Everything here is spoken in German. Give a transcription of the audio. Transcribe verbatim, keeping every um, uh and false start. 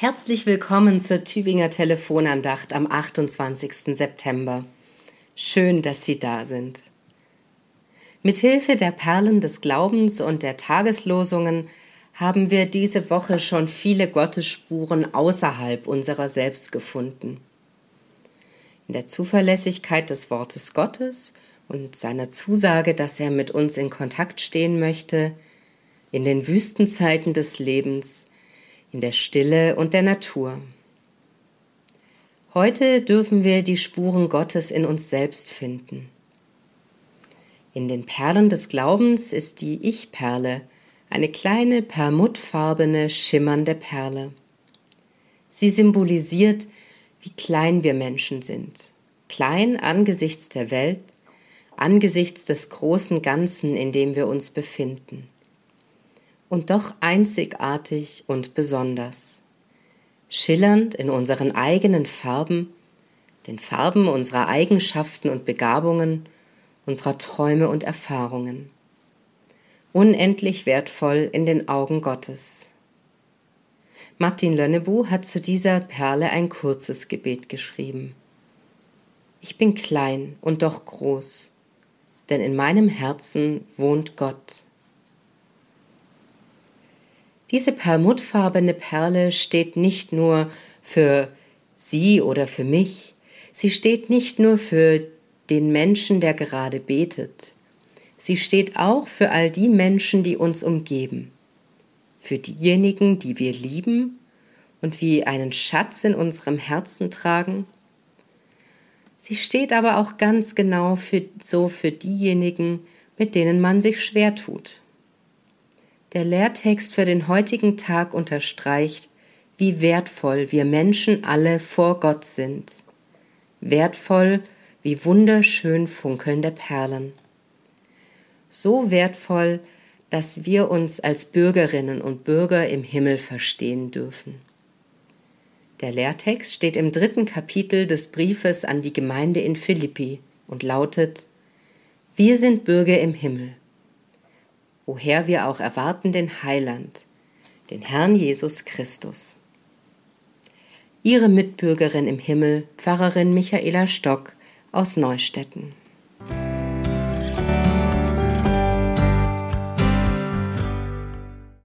Herzlich willkommen zur Tübinger Telefonandacht am achtundzwanzigsten September. Schön, dass Sie da sind. Mithilfe der Perlen des Glaubens und der Tageslosungen haben wir diese Woche schon viele Gottesspuren außerhalb unserer selbst gefunden. In der Zuverlässigkeit des Wortes Gottes und seiner Zusage, dass er mit uns in Kontakt stehen möchte, in den Wüstenzeiten des Lebens, in der Stille und der Natur. Heute dürfen wir die Spuren Gottes in uns selbst finden. In den Perlen des Glaubens ist die Ich-Perle eine kleine perlmuttfarbene, schimmernde Perle. Sie symbolisiert, wie klein wir Menschen sind. Klein angesichts der Welt, angesichts des großen Ganzen, in dem wir uns befinden. Und doch einzigartig und besonders. Schillernd in unseren eigenen Farben, den Farben unserer Eigenschaften und Begabungen, unserer Träume und Erfahrungen. Unendlich wertvoll in den Augen Gottes. Martin Lönnebu hat zu dieser Perle ein kurzes Gebet geschrieben. Ich bin klein und doch groß, denn in meinem Herzen wohnt Gott. Diese perlmuttfarbene Perle steht nicht nur für Sie oder für mich, sie steht nicht nur für den Menschen, der gerade betet, sie steht auch für all die Menschen, die uns umgeben, für diejenigen, die wir lieben und wie einen Schatz in unserem Herzen tragen. Sie steht aber auch ganz genau für, so für diejenigen, mit denen man sich schwer tut. Der Lehrtext für den heutigen Tag unterstreicht, wie wertvoll wir Menschen alle vor Gott sind. Wertvoll wie wunderschön funkelnde Perlen. So wertvoll, dass wir uns als Bürgerinnen und Bürger im Himmel verstehen dürfen. Der Lehrtext steht im dritten Kapitel des Briefes an die Gemeinde in Philippi und lautet: Wir sind Bürger im Himmel, woher wir auch erwarten den Heiland, den Herrn Jesus Christus. Ihre Mitbürgerin im Himmel, Pfarrerin Michaela Stock aus Neustetten.